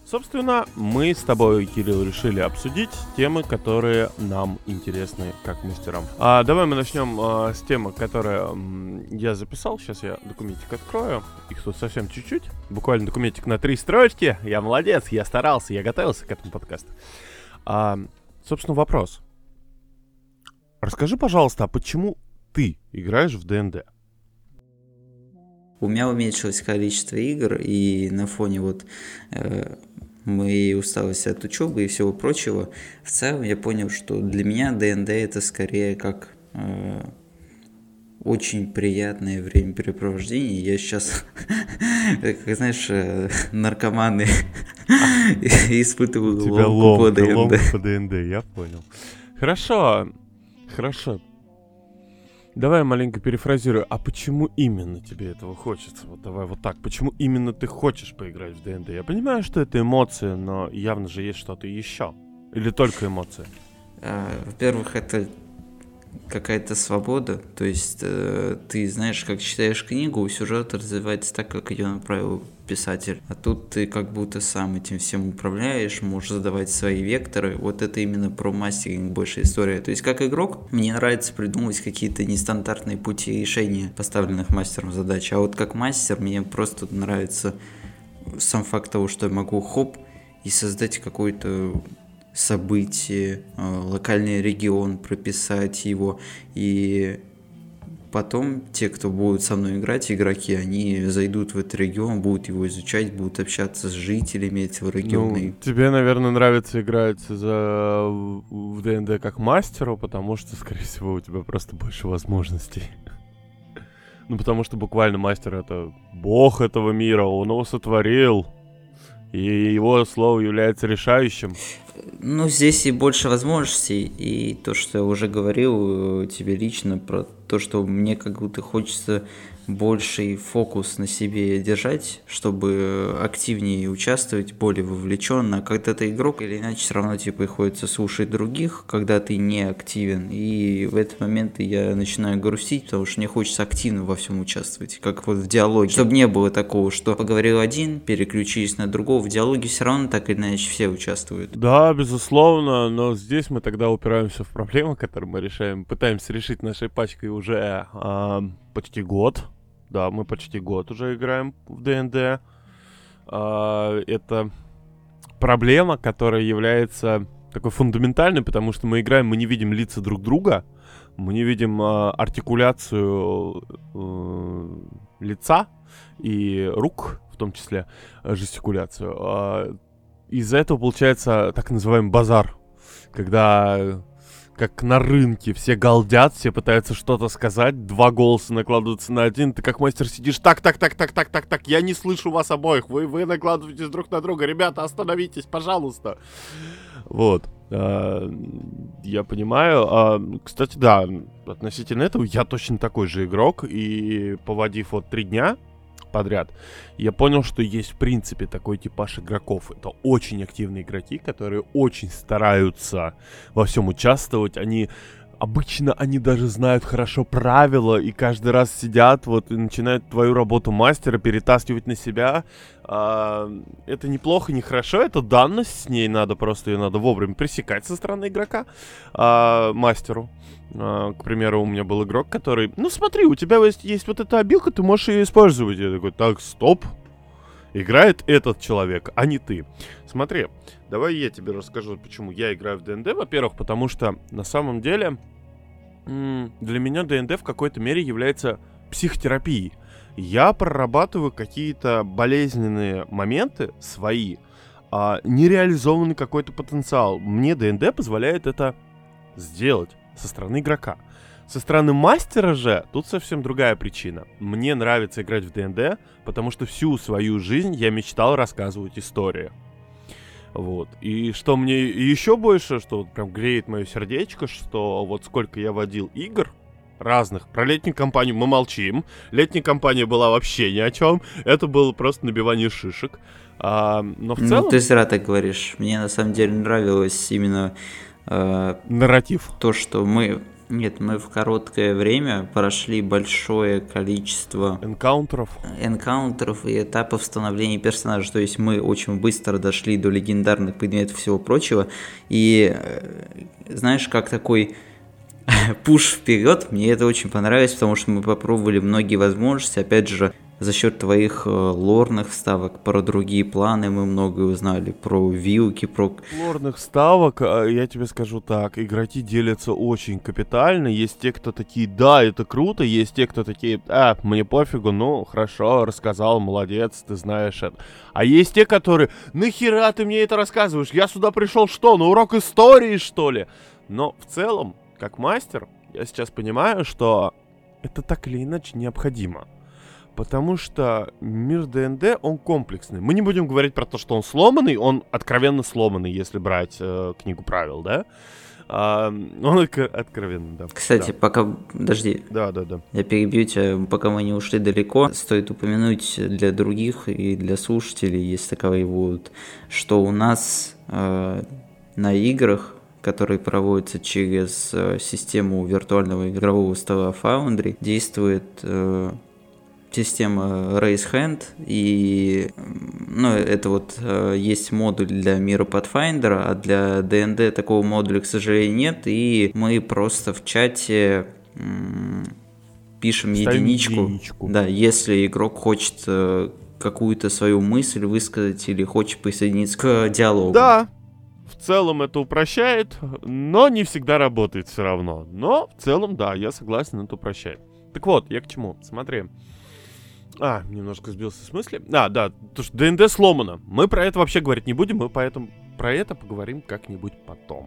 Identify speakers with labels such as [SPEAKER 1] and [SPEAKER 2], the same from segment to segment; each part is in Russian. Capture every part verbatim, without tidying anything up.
[SPEAKER 1] Собственно, мы с тобой, Кирилл, решили обсудить темы, которые нам интересны как мастерам. А, давай мы начнем а, с темы, которые м, я записал. Сейчас я документик открою. Их тут совсем чуть-чуть. Буквально документик на три строчки. Я молодец, я старался, я готовился к этому подкасту. А, собственно, вопрос. Расскажи, пожалуйста, а почему ты играешь в ди энд ди?
[SPEAKER 2] У меня уменьшилось количество игр, и на фоне вот э, моей усталости от учебы и всего прочего, в целом я понял, что для меня ди энд ди это скорее как э, очень приятное времяпрепровождение. Я сейчас, как знаешь, э, наркоманы испытываю
[SPEAKER 1] Тебя
[SPEAKER 2] ломку по
[SPEAKER 1] ломка,
[SPEAKER 2] ди энд ди.
[SPEAKER 1] ломка по ди энд ди, я понял. Хорошо, хорошо. Давай я маленько перефразирую. А почему именно тебе этого хочется? Вот давай вот так. Почему именно ты хочешь поиграть в ди энд ди? Я понимаю, что это эмоции, но явно же есть что-то еще. Или только эмоции?
[SPEAKER 2] А, Во-первых, это какая-то свобода, то есть э, ты знаешь, как читаешь книгу, сюжет развивается так, как ее направил писатель, а тут ты как будто сам этим всем управляешь, можешь задавать свои векторы, вот это именно про мастеринг больше история, то есть как игрок мне нравится придумывать какие-то нестандартные пути решения поставленных мастером задач, а вот как мастер мне просто нравится сам факт того, что я могу хоп и создать какой-то событие, локальный регион, прописать его, и потом те, кто будут со мной играть, игроки, они зайдут в этот регион, будут его изучать, будут общаться с жителями этого региона.
[SPEAKER 1] Ну, тебе, наверное, нравится играть за... в ди энд ди как мастеру, потому что, скорее всего, у тебя просто больше возможностей. Ну, потому что буквально мастер — это бог этого мира, он его сотворил, и его слово является решающим.
[SPEAKER 2] Ну, здесь и больше возможностей, и то, что я уже говорил тебе лично, про то, что мне как будто хочется больший фокус на себе держать, чтобы активнее участвовать, более вовлеченно. А когда ты игрок, или иначе все равно тебе приходится слушать других, когда ты не активен. И в этот момент я начинаю грустить, потому что мне хочется активно во всем участвовать, как вот в диалоге. Чтобы не было такого, что поговорил один, переключились на другого. В диалоге все равно так или иначе все участвуют.
[SPEAKER 1] Да, безусловно, но здесь мы тогда упираемся в проблемы, которые мы решаем, пытаемся решить нашей пачкой уже а, почти год. Да, мы почти год уже играем в ди энд ди. А, это проблема, которая является такой фундаментальной, потому что мы играем, мы не видим лица друг друга, мы не видим а, артикуляцию а, лица и рук, в том числе а, жестикуляцию. А, из-за этого получается так называемый базар, когда... как на рынке, все галдят, все пытаются что-то сказать, два голоса накладываются на один, ты как мастер сидишь, так, так, так, так, так, так, так, я не слышу вас обоих, вы, вы накладываетесь друг на друга, ребята, остановитесь, пожалуйста. Вот, а, я понимаю, а, кстати, да, относительно этого я точно такой же игрок, и поводив вот три дня подряд, я понял, что есть в принципе такой типаж игроков. Это очень активные игроки, которые очень стараются во всем участвовать. Они обычно они даже знают хорошо правила и каждый раз сидят вот и начинают твою работу мастера перетаскивать на себя. А, это неплохо, не хорошо, это данность, с ней надо просто ее надо вовремя пресекать со стороны игрока а, мастеру. Uh, к примеру, у меня был игрок, который... Ну смотри, у тебя есть, есть вот эта обилка, ты можешь ее использовать. Я такой, так, стоп. Играет этот человек, а не ты. Смотри, давай я тебе расскажу, почему я играю в ди энд ди. Во-первых, потому что на самом деле м- для меня ди энд ди в какой-то мере является психотерапией. Я прорабатываю какие-то болезненные моменты свои, а нереализованный какой-то потенциал. Мне ди энд ди позволяет это сделать со стороны игрока. Со стороны мастера же тут совсем другая причина. Мне нравится играть в ди энд ди, потому что всю свою жизнь я мечтал рассказывать истории. Вот. И что мне еще больше, что вот прям греет мое сердечко, что вот сколько я водил игр разных. Про летнюю кампанию мы молчим. Летняя кампания была вообще ни о чем. Это было просто набивание шишек. А, но в целом...
[SPEAKER 2] Ну, ты зря так говоришь. Мне на самом деле нравилось именно...
[SPEAKER 1] Нарратив.
[SPEAKER 2] То, что мы... Нет, мы в короткое время прошли большое количество
[SPEAKER 1] Энкаунтеров.
[SPEAKER 2] энкаунтеров и этапов становления персонажа. То есть мы очень быстро дошли до легендарных предметов и всего прочего. И э, знаешь, как такой пуш вперед, мне это очень понравилось, потому что мы попробовали многие возможности. Опять же, за счет твоих э, лорных вставок про другие планы мы многое узнали. Про вилки, про...
[SPEAKER 1] Лорных вставок, а, я тебе скажу так, игроки делятся очень капитально. Есть те, кто такие, да, это круто, есть те, кто такие, а, мне пофигу, ну, хорошо, рассказал, молодец, ты знаешь это. А есть те, которые, нахера ты мне это рассказываешь, я сюда пришел что, на урок истории, что ли? Но в целом, как мастер, я сейчас понимаю, что это так или иначе необходимо. Потому что мир ДНД, он комплексный. Мы не будем говорить про то, что он сломанный, он откровенно сломанный, если брать э, книгу правил, да? А, он отк- откровенно, да.
[SPEAKER 2] Кстати,
[SPEAKER 1] да.
[SPEAKER 2] пока... Подожди.
[SPEAKER 1] Да, да, да.
[SPEAKER 2] Я перебью тебя, пока мы не ушли далеко. Стоит упомянуть для других и для слушателей, если таковые будут, что у нас э, на играх, которые проводятся через э, систему виртуального игрового стола Foundry, действует... Э, система Raise Hand, и ну, это вот э, есть модуль для мира Pathfinder, а для ДНД такого модуля, к сожалению, нет, и мы просто в чате м- пишем
[SPEAKER 1] Ставим
[SPEAKER 2] единичку,
[SPEAKER 1] единичку.
[SPEAKER 2] Да, если игрок хочет э, какую-то свою мысль высказать или хочет присоединиться к диалогу.
[SPEAKER 1] Да, в целом это упрощает, но не всегда работает все равно. Но в целом, да, я согласен, это упрощает. Так вот, я к чему? Смотри. А, немножко сбился с мысли. А, да, потому что ДНД сломано. Мы про это вообще говорить не будем, мы поэтому про это поговорим как-нибудь потом.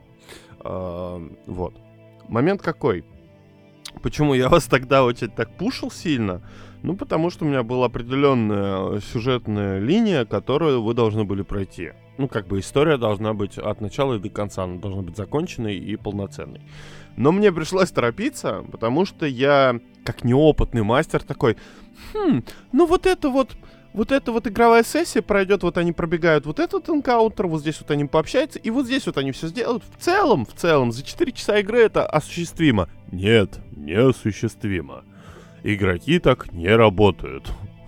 [SPEAKER 1] А, вот. Момент какой? Почему я вас тогда очень так пушил сильно? Ну, потому что у меня была определенная сюжетная линия, которую вы должны были пройти. Ну, как бы история должна быть от начала и до конца, она должна быть законченной и полноценной. Но мне пришлось торопиться, потому что я, как неопытный мастер, такой, хм, ну вот это вот, вот эта вот игровая сессия пройдет, вот они пробегают вот этот энкаунтер, вот здесь вот они пообщаются, и вот здесь вот они все сделают. В целом, в целом, за четыре часа игры это осуществимо. Нет, не осуществимо. Игроки так не работают.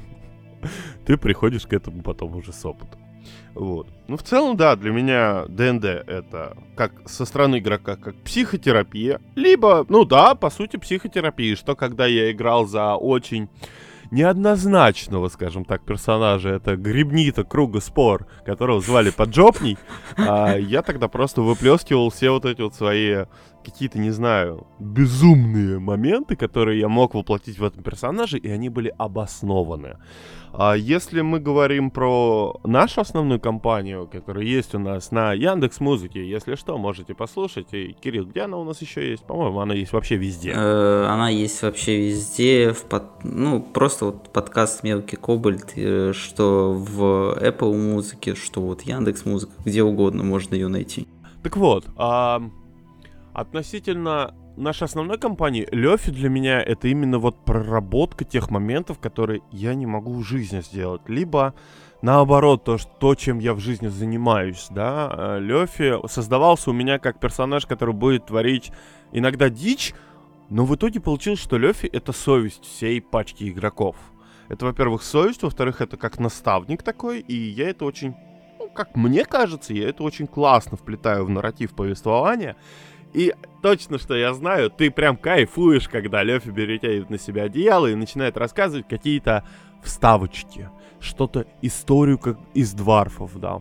[SPEAKER 1] Ты приходишь к этому потом уже с опытом. Вот. Ну, в целом, да, для меня ДНД это как со стороны игрока, как психотерапия. Либо, ну да, по сути, психотерапия. Что когда я играл за очень неоднозначного, скажем так, персонажа, это Грибнита Круга Спор, которого звали Поджопней, а я тогда просто выплескивал все вот эти вот свои какие-то, не знаю, безумные моменты, которые я мог воплотить в этом персонаже, и они были обоснованы. А если мы говорим про нашу основную кампанию, которая есть у нас на Яндекс.Музыке, если что, можете послушать. И, Кирилл, где она у нас еще есть? По-моему, она есть вообще везде.
[SPEAKER 2] Э, Она есть вообще везде, в под... ну, просто вот подкаст «Мелкий Кобальт», э, что в Apple музыке, что вот Яндекс.Музыка, где угодно можно ее найти.
[SPEAKER 1] Так вот, а... относительно нашей основной кампании, Лёфи для меня это именно вот проработка тех моментов, которые я не могу в жизни сделать. Либо, наоборот, то, что, то чем я в жизни занимаюсь, да. Лёфи создавался у меня как персонаж, который будет творить иногда дичь, но в итоге получилось, что Лёфи — это совесть всей пачки игроков. Это, во-первых, совесть, во-вторых, это как наставник такой, и я это очень, ну, как мне кажется, я это очень классно вплетаю в нарратив повествования. И точно, что я знаю, ты прям кайфуешь, когда Лёфи берет на себя одеяло и начинает рассказывать какие-то вставочки. Что-то, историю как из дварфов, да.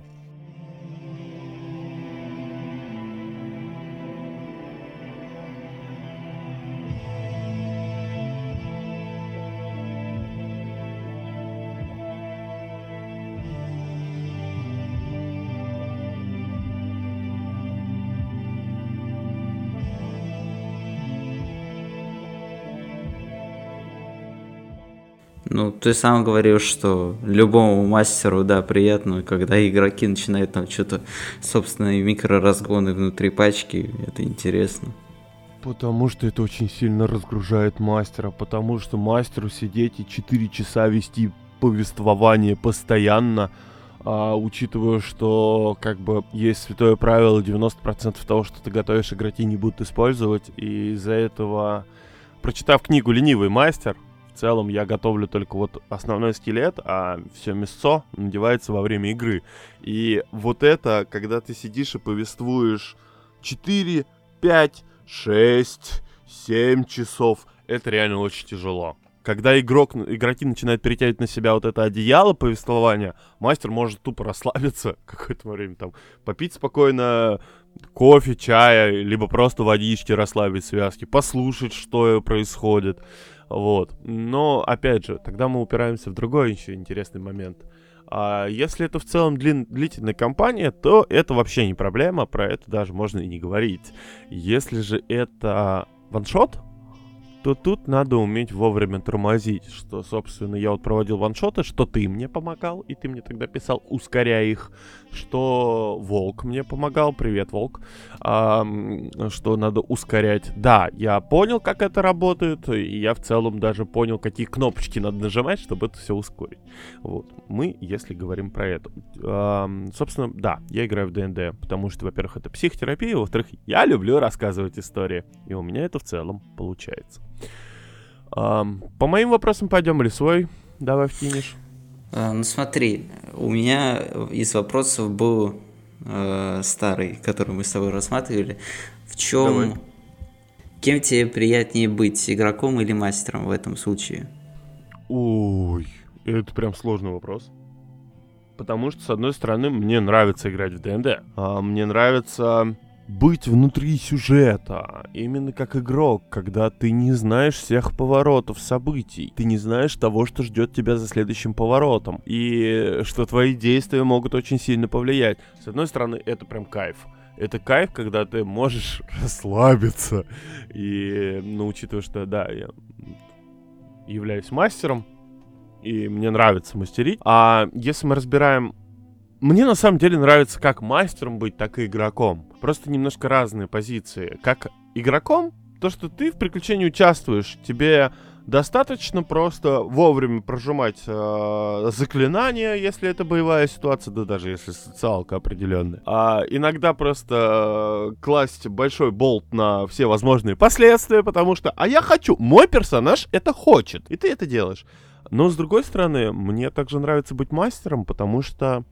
[SPEAKER 2] Ну, ты сам говорил, что любому мастеру, да, приятно, когда игроки начинают там что-то, собственные микроразгоны внутри пачки, это интересно.
[SPEAKER 1] Потому что это очень сильно разгружает мастера, потому что мастеру сидеть и четыре часа вести повествование постоянно, а, учитывая, что как бы есть святое правило, девяносто процентов того, что ты готовишь, игроки не будут использовать, и из-за этого, прочитав книгу «Ленивый мастер», в целом я готовлю только вот основной скелет, а все мясо надевается во время игры. И вот это, когда ты сидишь и повествуешь четыре, пять, шесть, семь часов, это реально очень тяжело. Когда игрок, игроки начинают перетягивать на себя вот это одеяло повествования, мастер может тупо расслабиться какое-то время, там, попить спокойно кофе, чая, либо просто водички, расслабить связки, послушать, что происходит. Вот. Но, опять же, тогда мы упираемся в другой еще интересный момент. А если это в целом длин- длительная кампания, то это вообще не проблема, про это даже можно и не говорить. Если же это ваншот, то тут надо уметь вовремя тормозить, что, собственно, я вот проводил ваншоты, что ты мне помогал, и ты мне тогда писал, ускоряй их, что Волк мне помогал, привет, Волк, а, что надо ускорять. Да, я понял, как это работает, и я в целом даже понял, какие кнопочки надо нажимать, чтобы это все ускорить. Вот, мы, если говорим про это. А, собственно, да, я играю в ди энд ди, потому что, во-первых, это психотерапия, во-вторых, я люблю рассказывать истории, и у меня это в целом получается. Um, по моим вопросам пойдем или свой? Давай вкинешь.
[SPEAKER 2] А, ну смотри, у меня из вопросов был э, старый, который мы с тобой рассматривали. В чем, Давай. Кем тебе приятнее быть, игроком или мастером в этом случае?
[SPEAKER 1] Ой, это прям сложный вопрос. Потому что, с одной стороны, мне нравится играть в ди энд ди. А мне нравится быть внутри сюжета, именно как игрок, когда ты не знаешь всех поворотов событий, ты не знаешь того, что ждет тебя за следующим поворотом, и что твои действия могут очень сильно повлиять. С одной стороны, это прям кайф. Это кайф, когда ты можешь расслабиться. И, ну, учитывая, что, да, я являюсь мастером, и мне нравится мастерить. А если мы разбираем... Мне на самом деле нравится как мастером быть, так и игроком. Просто немножко разные позиции. Как игроком, то, что ты в приключении участвуешь, тебе достаточно просто вовремя прожимать э, заклинания, если это боевая ситуация, да даже если социалка определенная. А иногда просто э, класть большой болт на все возможные последствия, потому что, а я хочу, мой персонаж это хочет, и ты это делаешь. Но с другой стороны, мне также нравится быть мастером, потому что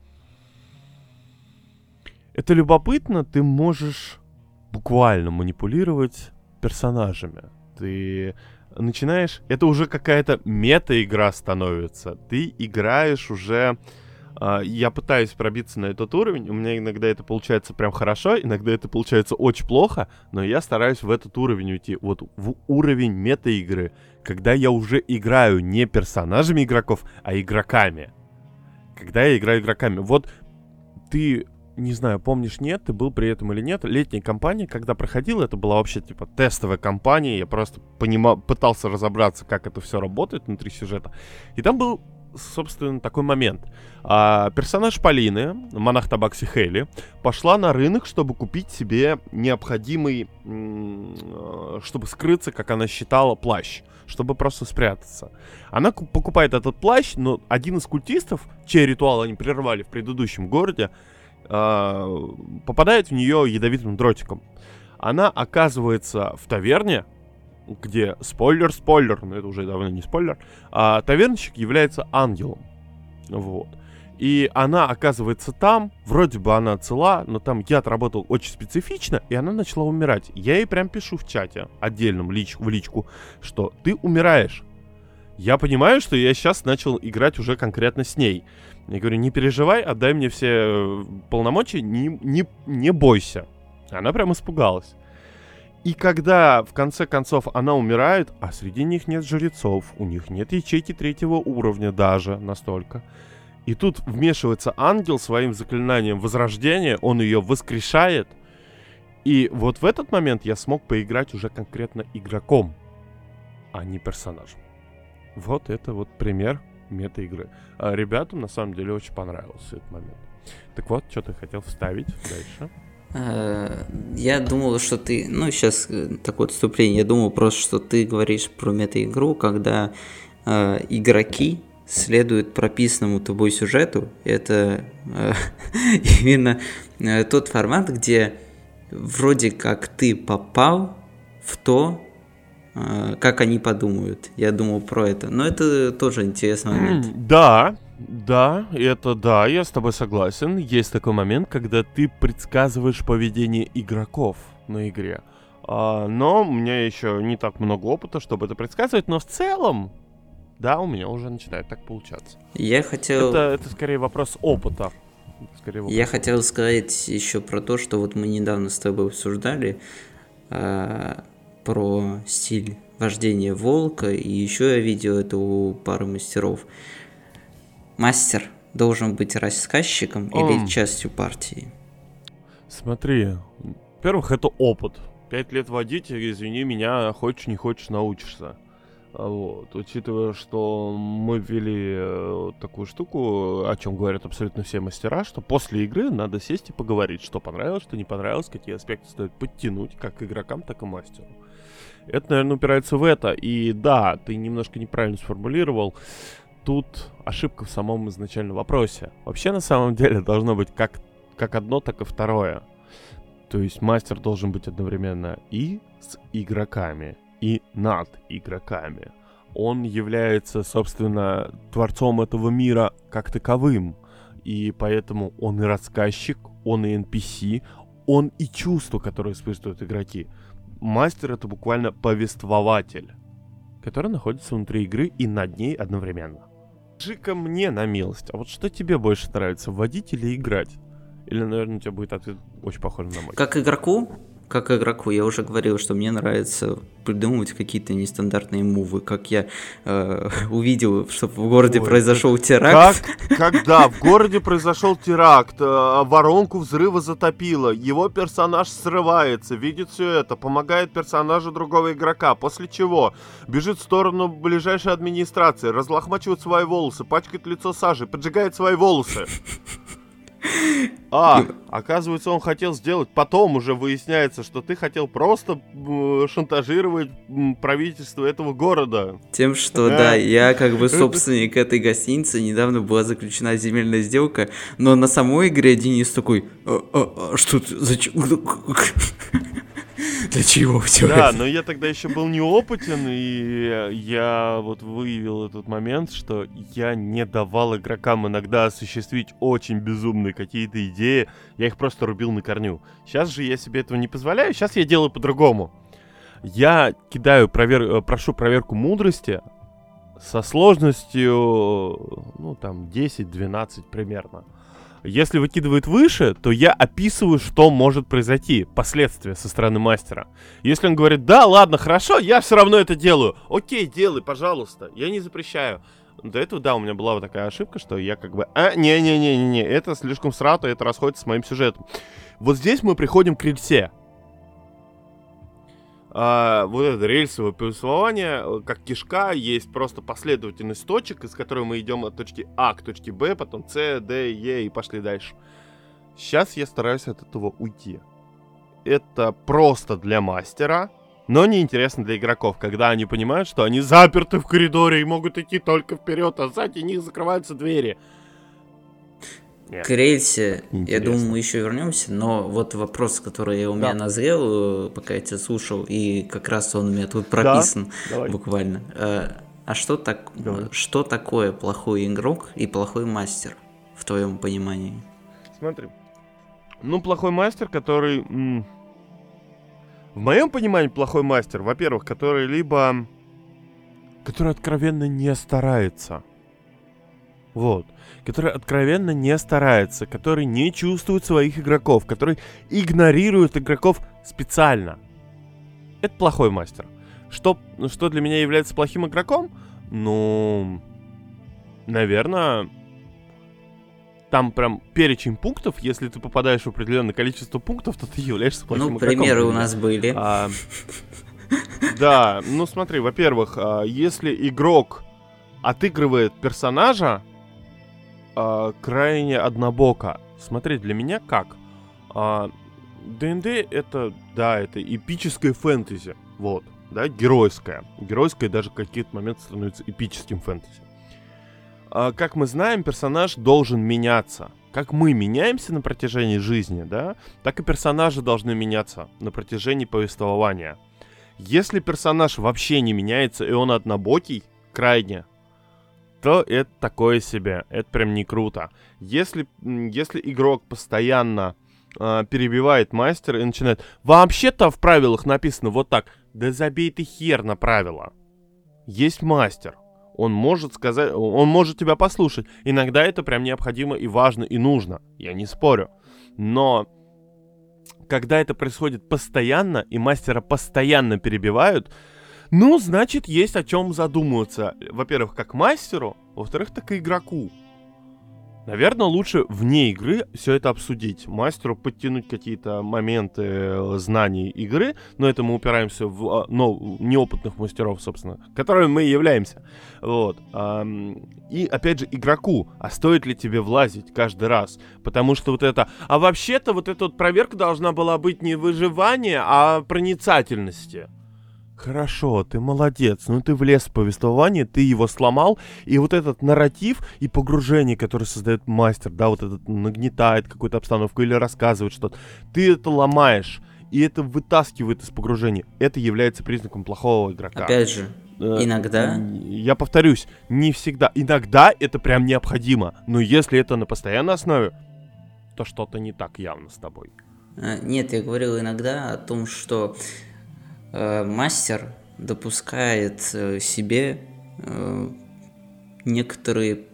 [SPEAKER 1] это любопытно, ты можешь буквально манипулировать персонажами. Ты начинаешь... Это уже какая-то мета-игра становится. Ты играешь уже... Э, я пытаюсь пробиться на этот уровень. У меня иногда это получается прям хорошо, иногда это получается очень плохо, но я стараюсь в этот уровень уйти. Вот в уровень мета-игры, когда я уже играю не персонажами игроков, а игроками. Когда я играю игроками. Вот ты... Не знаю, помнишь, нет, ты был при этом или нет. Летняя кампания, когда проходила, это была вообще типа тестовая кампания. Я просто понимал, пытался разобраться, как это все работает внутри сюжета. И там был, собственно, такой момент. А, персонаж Полины, монах Табакси Хейли, пошла на рынок, чтобы купить себе необходимый, м- чтобы скрыться, как она считала, плащ. Чтобы просто спрятаться. Она ку- покупает этот плащ, но один из культистов, чей ритуал они прервали в предыдущем городе, попадает в нее ядовитым дротиком. Она оказывается в таверне, где, спойлер-спойлер, но это уже давно не спойлер, а тавернщик является ангелом. Вот. И она оказывается там, вроде бы она цела, но там яд работал очень специфично, и она начала умирать. Я ей прям пишу в чате, отдельном лич, в личку, что ты умираешь. Я понимаю, что я сейчас начал играть уже конкретно с ней. Я говорю, не переживай, отдай мне все полномочия, не, не, не бойся. Она прям испугалась. И когда в конце концов она умирает, а среди них нет жрецов, у них нет ячейки третьего уровня даже настолько. И тут вмешивается ангел своим заклинанием возрождения, он ее воскрешает. И вот в этот момент я смог поиграть уже конкретно игроком, а не персонажем. Вот это вот пример мета-игры. А ребятам на самом деле очень понравился этот момент. Так вот, что ты хотел вставить дальше?
[SPEAKER 2] Я думал, что ты... Ну, сейчас такое отступление. Я думал просто, что ты говоришь про мета-игру, когда э, игроки следует прописанному тобой сюжету. Это э, именно э, тот формат, где вроде как ты попал в то, э, как они подумают. Я думал про это. Но это тоже интересный момент.
[SPEAKER 1] Да, да, это да, я с тобой согласен. Есть такой момент, когда ты предсказываешь поведение игроков на игре. А, но у меня еще не так много опыта, чтобы это предсказывать, но в целом, да, у меня уже начинает так получаться.
[SPEAKER 2] Я хотел...
[SPEAKER 1] Это, это скорее вопрос опыта. Скорее вопрос
[SPEAKER 2] Я
[SPEAKER 1] опыта.
[SPEAKER 2] хотел сказать еще про то, что вот мы недавно с тобой обсуждали э, про стиль вождения волка, и еще я видел это у пары мастеров. Мастер должен быть рассказчиком
[SPEAKER 1] Ом.
[SPEAKER 2] или частью партии?
[SPEAKER 1] Смотри, во-первых, это опыт. Пять лет водить, извини меня, хочешь не хочешь, научишься. Вот. Учитывая, что мы ввели э, такую штуку, о чем говорят абсолютно все мастера, что после игры надо сесть и поговорить, что понравилось, что не понравилось, какие аспекты стоит подтянуть, как игрокам, так и мастеру. Это, наверное, упирается в это. И да, ты немножко неправильно сформулировал. Тут ошибка в самом изначальном вопросе. Вообще, на самом деле, должно быть как, как одно, так и второе. То есть мастер должен быть одновременно и с игроками, и над игроками. Он является, собственно, творцом этого мира как таковым. И поэтому он и рассказчик, он и эн пи си, он и чувства, которые испытывают игроки. Мастер — это буквально повествователь, который находится внутри игры и над ней одновременно. Скажи-ка мне на милость, а вот что тебе больше нравится, вводить или играть? Или, наверное, у тебя будет ответ очень похож на мой.
[SPEAKER 2] Как игроку, как игроку, я уже говорил, что мне нравится придумывать какие-то нестандартные мувы, как я э, увидел, что в городе
[SPEAKER 1] Ой,
[SPEAKER 2] произошел теракт.
[SPEAKER 1] Как, когда в городе произошел теракт, э, воронку взрыва затопило, его персонаж срывается, видит все это, помогает персонажу другого игрока, после чего бежит в сторону ближайшей администрации, разлохмачивает свои волосы, пачкает лицо сажей, поджигает свои волосы. А, оказывается, он хотел сделать. Потом уже выясняется, что ты хотел просто э, шантажировать м, правительство этого города.
[SPEAKER 2] Тем, что, да. да, я как бы собственник этой гостиницы, недавно была заключена земельная сделка, но на самой игре Денис такой, а, а, а что ты, зачем? Для чего все
[SPEAKER 1] Да,
[SPEAKER 2] это?
[SPEAKER 1] но я тогда еще был неопытен, и я вот выявил этот момент, что я не давал игрокам иногда осуществить очень безумные какие-то идеи, я их просто рубил на корню. Сейчас же я себе этого не позволяю, сейчас я делаю по-другому. Я кидаю, провер... прошу проверку мудрости со сложностью, ну там, десять-двенадцать примерно. Если выкидывает выше, то я описываю, что может произойти, последствия со стороны мастера. Если он говорит, да, ладно, хорошо, я все равно это делаю. Окей, делай, пожалуйста, я не запрещаю. До этого, да, у меня была вот такая ошибка, что я как бы, а, не-не-не-не, это слишком срато, это расходится с моим сюжетом. Вот здесь мы приходим к рельсе. А, вот это рельсовое повествование, как кишка, есть просто последовательность точек, из которой мы идем от точки А к точке Б, потом С, Д, Е и пошли дальше. Сейчас я стараюсь от этого уйти. Это просто для мастера, но неинтересно для игроков, когда они понимают, что они заперты в коридоре и могут идти только вперед, а сзади них закрываются двери.
[SPEAKER 2] К рельсе, я
[SPEAKER 1] Интересно.
[SPEAKER 2] думаю, мы еще вернемся, но вот вопрос, который у меня
[SPEAKER 1] Да.
[SPEAKER 2] назрел, пока я тебя слушал, и как раз он у меня тут прописан,
[SPEAKER 1] Давай.
[SPEAKER 2] буквально. Э, А что, так,
[SPEAKER 1] Давай.
[SPEAKER 2] что такое плохой игрок и плохой мастер, в твоем понимании?
[SPEAKER 1] Смотри. Ну, плохой мастер, который... м, В моем понимании плохой мастер, во-первых, который либо... Который откровенно не старается. Вот. Который откровенно не старается, который не чувствует своих игроков, который игнорирует игроков специально. Это плохой мастер. Что, что для меня является плохим игроком? Ну, наверное, там прям перечень пунктов. Если ты попадаешь в определенное количество пунктов, то ты являешься плохим
[SPEAKER 2] Ну,
[SPEAKER 1] игроком.
[SPEAKER 2] примеры у нас были.
[SPEAKER 1] А, да, ну смотри, во-первых, а, если игрок отыгрывает персонажа а, крайне однобоко. Смотри, для меня как? А, ди энд ди это, да, это эпическое фэнтези, вот, да, геройское. Геройское даже в какие-то моменты становится эпическим фэнтези. а, как мы знаем, персонаж должен меняться. Как мы меняемся на протяжении жизни, да, так и персонажи должны меняться на протяжении повествования. Если персонаж вообще не меняется, и он однобокий, крайне, то это такое себе, это прям не круто. Если, если игрок постоянно э, перебивает мастера и начинает: вообще-то в правилах написано вот так. Да забей ты хер на правила. Есть мастер. Он может сказать, он может тебя послушать. Иногда это прям необходимо и важно, и нужно. Я не спорю. Но когда это происходит постоянно, и мастера постоянно перебивают, ну, значит, есть о чем задумываться. Во-первых, как мастеру, во-вторых, так и игроку. Наверное, лучше вне игры все это обсудить. Мастеру подтянуть какие-то моменты знаний игры, но это мы упираемся в ну, неопытных мастеров, собственно, которыми мы и являемся. Вот. И, опять же, игроку, а стоит ли тебе влазить каждый раз? Потому что вот это... А вообще-то вот эта вот проверка должна была быть не выживание, а проницательности. Хорошо, ты молодец, ну ты влез в повествование, ты его сломал, и вот этот нарратив и погружение, которое создает мастер, да, вот этот нагнетает какую-то обстановку или рассказывает что-то, ты это ломаешь, и это вытаскивает из погружения. Это является признаком плохого игрока.
[SPEAKER 2] Опять же, иногда...
[SPEAKER 1] Я повторюсь, не всегда. Иногда это прям необходимо, но если это на постоянной основе, то что-то не так явно с тобой.
[SPEAKER 2] Нет, я говорил иногда о том, что... мастер допускает себе некоторые,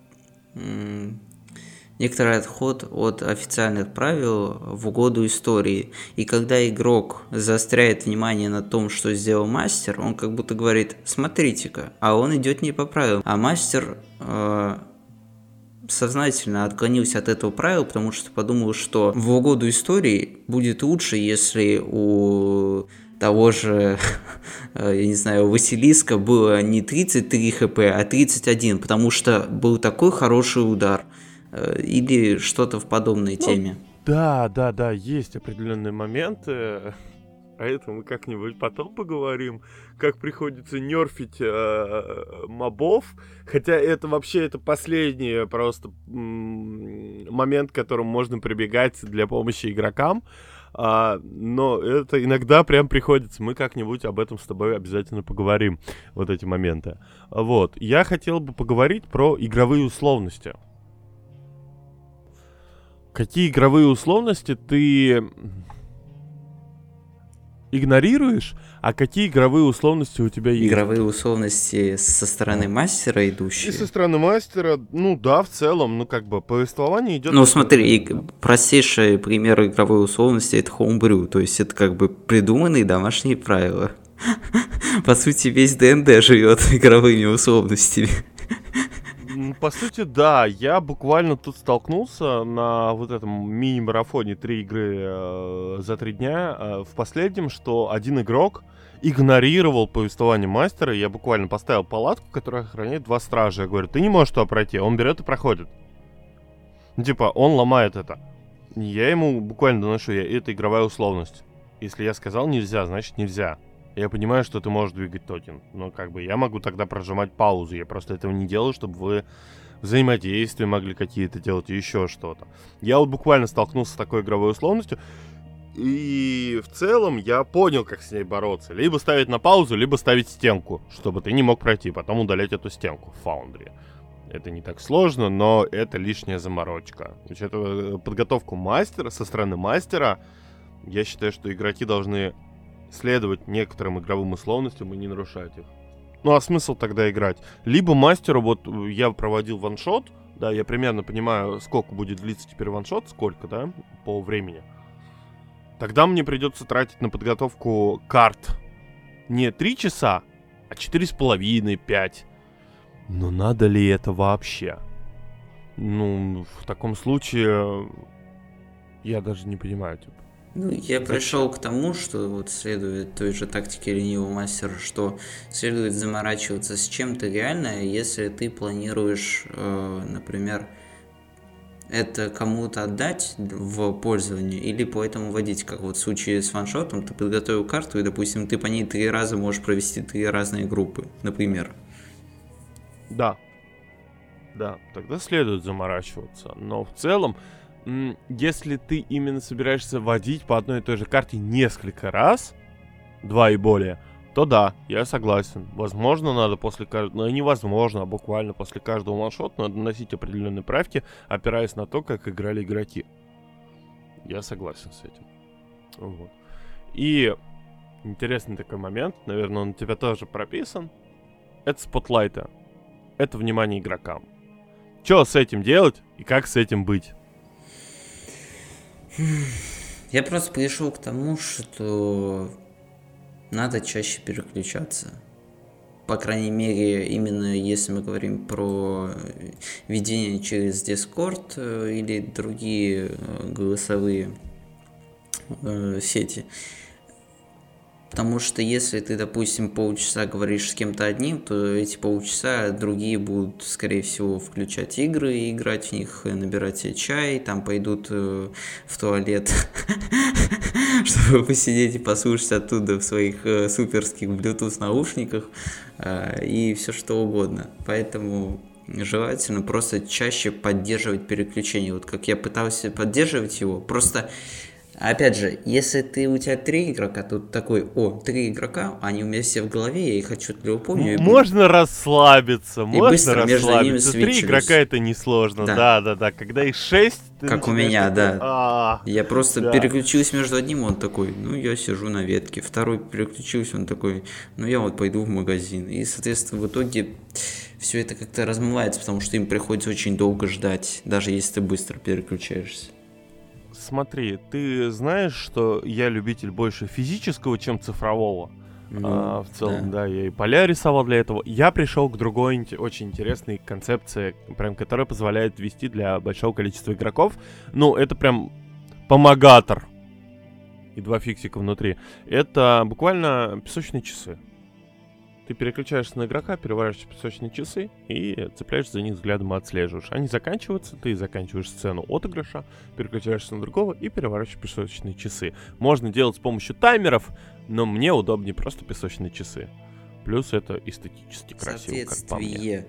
[SPEAKER 2] некоторый отход от официальных правил в угоду истории. И когда игрок заостряет внимание на том, что сделал мастер, он как будто говорит: смотрите-ка, а он идет не по правилам. А мастер э, сознательно отклонился от этого правила, потому что подумал, что в угоду истории будет лучше, если у... того же, я не знаю, у Василиска было не тридцать три хп, а тридцать один, потому что был такой хороший удар. Или что-то в подобной ну, теме.
[SPEAKER 1] Да, да, да, есть определенные моменты. А это мы как-нибудь потом поговорим, как приходится нерфить э, мобов. Хотя это вообще это последний просто м- момент, к которому можно прибегать для помощи игрокам. А, но это иногда прям приходится. Мы как-нибудь об этом с тобой обязательно поговорим. Вот эти моменты. Вот. Я хотел бы поговорить про игровые условности. Какие игровые условности ты игнорируешь, а какие игровые условности у тебя есть?
[SPEAKER 2] Игровые условности со стороны мастера идущие?
[SPEAKER 1] И со стороны мастера, ну да, в целом, ну как бы повествование идет...
[SPEAKER 2] Ну смотри, и простейший пример игровой условности — это Homebrew, то есть это как бы придуманные домашние правила. По сути, весь ди энд ди живет игровыми условностями.
[SPEAKER 1] По сути, да, я буквально тут столкнулся на вот этом мини-марафоне три игры э, за три дня э, в последнем, что один игрок игнорировал повествование мастера. Я буквально поставил палатку, которая охраняет два стража. Я говорю: ты не можешь туда пройти. Он берет и проходит. Ну, типа, он ломает это. Я ему буквально доношу, я, это игровая условность. Если я сказал нельзя, значит нельзя. Я понимаю, что ты можешь двигать токен, но как бы я могу тогда прожимать паузу. Я просто этого не делаю, чтобы вы взаимодействия могли какие-то делать и еще что-то. Я вот буквально столкнулся с такой игровой условностью, и в целом я понял, как с ней бороться. Либо ставить на паузу, либо ставить стенку, чтобы ты не мог пройти, потом удалять эту стенку в Foundry. Это не так сложно, но это лишняя заморочка. Значит, это подготовку мастера, со стороны мастера, я считаю, что игроки должны следовать некоторым игровым условностям и не нарушать их. Ну а смысл тогда играть? Либо мастеру, вот я проводил ваншот, да, я примерно понимаю, сколько будет длиться теперь ваншот, сколько, да, по времени. Тогда мне придется тратить на подготовку карт не три часа, а четыре с половиной, пять. Но надо ли это вообще? Ну, в таком случае я даже не понимаю, типа.
[SPEAKER 2] Ну, я пришел к тому, что вот следует той же тактике ленивого мастера, что следует заморачиваться с чем-то реально, если ты планируешь, э, например, это кому-то отдать в пользование или по этому водить, как вот в случае с ваншотом, ты подготовил карту и, допустим, ты по ней три раза можешь провести три разные группы, например.
[SPEAKER 1] Да. да, тогда следует заморачиваться. Но в целом, м, если ты именно собираешься водить по одной и той же карте несколько раз, два и более, то да, я согласен. Возможно, надо после каждого... Ну, невозможно, а буквально после каждого ваншота надо наносить определенные правки, опираясь на то, как играли игроки. Я согласен с этим. Вот. И интересный такой момент, наверное, он у тебя тоже прописан. Это спотлайты. Это внимание игрокам. Что с этим делать и как с этим быть?
[SPEAKER 2] Я просто пришел к тому, что надо чаще переключаться. По крайней мере, именно если мы говорим про ведение через Discord или другие голосовые э, сети. Потому что если ты, допустим, полчаса говоришь с кем-то одним, то эти полчаса другие будут, скорее всего, включать игры, играть в них, набирать себе чай, там пойдут э, в туалет, чтобы посидеть и послушать оттуда в своих э, суперских Bluetooth наушниках э, и все что угодно. Поэтому желательно просто чаще поддерживать переключение. Вот как я пытался поддерживать его, просто... Опять же, если ты у тебя три игрока, то такой, о, три игрока, они у меня все в голове, я их отчетливо помню.
[SPEAKER 1] Можно и... расслабиться, и можно
[SPEAKER 2] быстро
[SPEAKER 1] расслабиться. Три игрока это несложно, да-да-да. Когда их шесть...
[SPEAKER 2] Как у меня, такой, да. А-а-а, я просто да. переключился между одним, он такой, ну я сижу на ветке. Второй переключился, он такой, ну я вот пойду в магазин. И, соответственно, в итоге все это как-то размывается, потому что им приходится очень долго ждать, даже если ты быстро переключаешься.
[SPEAKER 1] Смотри, ты знаешь, что я любитель больше физического, чем цифрового. Mm, а, в целом, да. да, я и поля рисовал для этого. Я пришел к другой очень интересной концепции, прям, которая позволяет вести для большого количества игроков. Ну, это прям помогатор. И два фиксика внутри. Это буквально песочные часы. Ты переключаешься на игрока, переворачиваешь песочные часы и цепляешься за них взглядом и отслеживаешь. Они заканчиваются, ты заканчиваешь сцену отыгрыша, переключаешься на другого и переворачиваешь песочные часы. Можно делать с помощью таймеров, но мне удобнее просто песочные часы. Плюс это эстетически красиво, как по мне.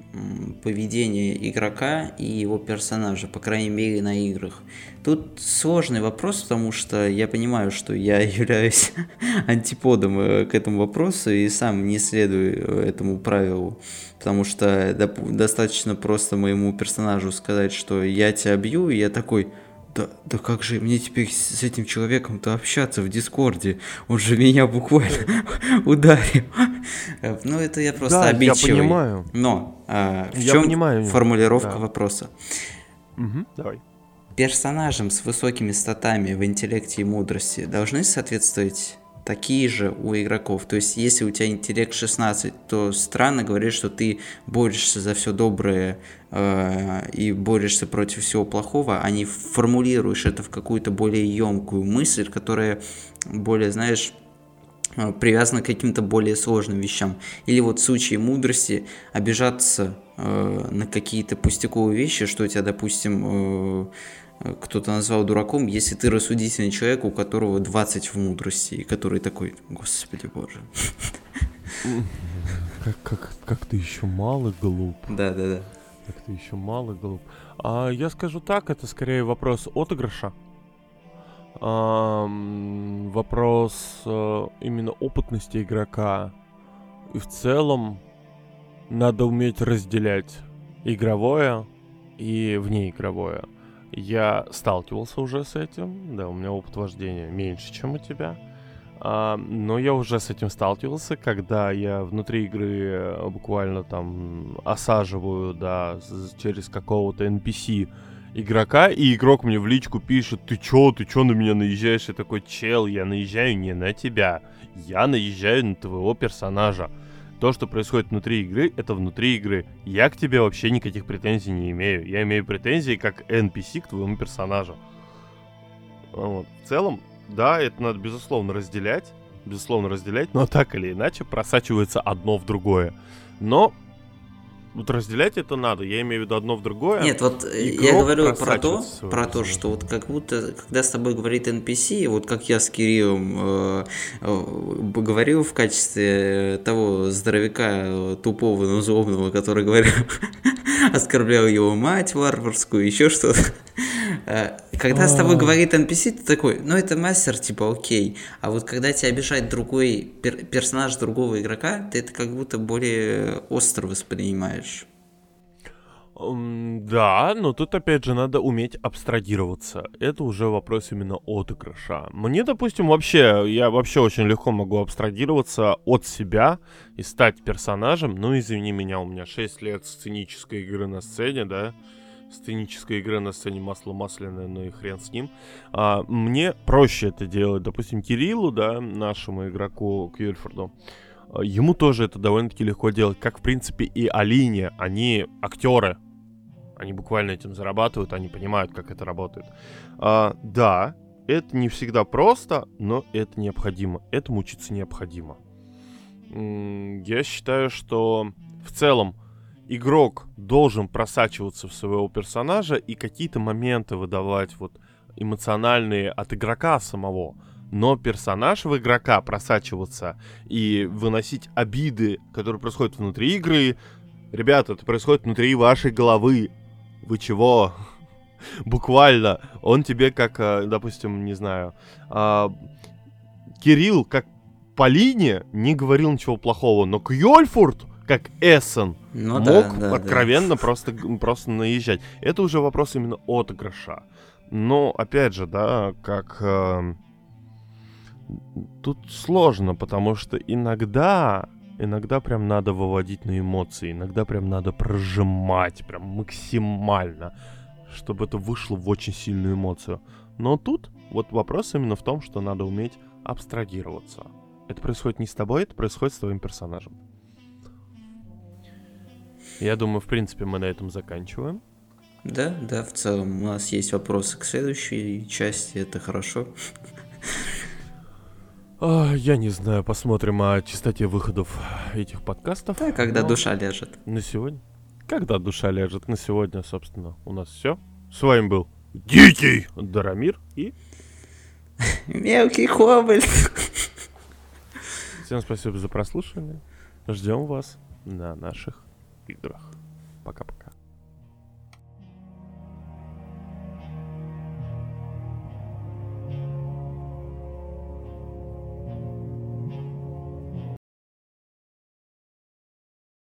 [SPEAKER 2] Поведение игрока и его персонажа, по крайней мере на играх. Тут сложный вопрос, потому что я понимаю, что я являюсь антиподом к этому вопросу и сам не следую этому правилу, потому что доп- достаточно просто моему персонажу сказать, что я тебя бью, и я такой... Да, да как же мне теперь с этим человеком-то общаться в Дискорде? Он же меня буквально ударил. Ну, это я просто
[SPEAKER 1] да,
[SPEAKER 2] обидчивый.
[SPEAKER 1] Я понимаю.
[SPEAKER 2] Но а, в
[SPEAKER 1] я
[SPEAKER 2] чем
[SPEAKER 1] понимаю.
[SPEAKER 2] формулировка
[SPEAKER 1] да.
[SPEAKER 2] вопроса?
[SPEAKER 1] Угу, давай.
[SPEAKER 2] Персонажам с высокими статами в интеллекте и мудрости должны соответствовать такие же у игроков. То есть, если у тебя интеллект шестнадцать, то странно говорить, что ты борешься за все доброе э, и борешься против всего плохого, а не формулируешь это в какую-то более емкую мысль, которая более, знаешь, привязана к каким-то более сложным вещам. Или вот в случае мудрости обижаться э, на какие-то пустяковые вещи, что у тебя, допустим, э, кто-то назвал дураком, если ты рассудительный человек, у которого двадцать в мудрости, и который такой, господи боже.
[SPEAKER 1] Как, как, как ты еще мал и глуп.
[SPEAKER 2] Да, да, да.
[SPEAKER 1] Как ты еще мал и глуп. А, я скажу так, это скорее вопрос отыгрыша. А, вопрос а, именно опытности игрока. И в целом надо уметь разделять игровое и внеигровое. Я сталкивался уже с этим, да, у меня опыт вождения меньше, чем у тебя, а, но я уже с этим сталкивался, когда я внутри игры буквально там осаживаю, да, через какого-то эн пи си игрока, и игрок мне в личку пишет: ты чё, ты чё на меня наезжаешь? Я такой: чел, я наезжаю не на тебя, я наезжаю на твоего персонажа. То, что происходит внутри игры, это внутри игры. Я к тебе вообще никаких претензий не имею. Я имею претензии как эн пи си к твоему персонажу. Вот. В целом, да, это надо безусловно разделять. Безусловно разделять, но так или иначе просачивается одно в другое. Но вот разделять это надо, я имею в виду одно в другое.
[SPEAKER 2] Нет, вот я говорю про то, про то, что вот как будто, когда с тобой говорит эн пи си, вот как я с Кириллом э, э, говорил в качестве того здоровяка тупого, но злобного, который говорил оскорблял его мать варварскую, еще что-то. Когда с тобой говорит эн пи си, ты такой, ну это мастер, типа, окей. А вот когда тебя обижает другой пер- персонаж другого игрока, ты это как будто более остро воспринимаешь.
[SPEAKER 1] М, Да, но тут опять же надо уметь абстрагироваться. Это уже вопрос именно отыгрыша. Мне, допустим, вообще, я вообще очень легко могу абстрагироваться от себя и стать персонажем. Ну, извини меня, у меня шесть лет сценической игры на сцене, да? Сценической игры на сцене масло масляное, ну и хрен с ним. А, мне проще это делать. Допустим, Кириллу, да, нашему игроку Кьюльфорду, а, ему тоже это довольно-таки легко делать. Как, в принципе, и Алине. Они актеры. Они буквально этим зарабатывают, они понимают, как это работает. А, да, это не всегда просто, но это необходимо. Этому учиться необходимо. М, Я считаю, что в целом игрок должен просачиваться в своего персонажа и какие-то моменты выдавать вот эмоциональные от игрока самого. Но персонаж в игрока просачиваться и выносить обиды, которые происходят внутри игры, ребята, это происходит внутри вашей головы. Вы чего? Буквально. Он тебе как, а, допустим, не знаю, а, Кирилл, как по линии, не говорил ничего плохого, но Кьёльфурд, как Эссен,
[SPEAKER 2] Ну
[SPEAKER 1] мог
[SPEAKER 2] да, да,
[SPEAKER 1] откровенно просто, просто наезжать. Это уже вопрос именно отыгрыша. Но, опять же, да, как... э, тут сложно, потому что иногда... Иногда прям надо выводить на эмоции, иногда прям надо прожимать, прям максимально, чтобы это вышло в очень сильную эмоцию. Но тут вот вопрос именно в том, что надо уметь абстрагироваться. Это происходит не с тобой, это происходит с твоим персонажем. Я думаю, в принципе, мы на этом заканчиваем.
[SPEAKER 2] Да, да, в целом у нас есть вопросы к следующей части, это хорошо.
[SPEAKER 1] А, я не знаю, посмотрим о частоте выходов этих подкастов.
[SPEAKER 2] Да, когда
[SPEAKER 1] Но
[SPEAKER 2] душа ляжет.
[SPEAKER 1] на сегодня. Когда душа ляжет, на сегодня, собственно, у нас все. С вами был Дикий Дарамир и...
[SPEAKER 2] Мелкий хоббит.
[SPEAKER 1] Всем спасибо за прослушивание. Ждем вас на наших играх.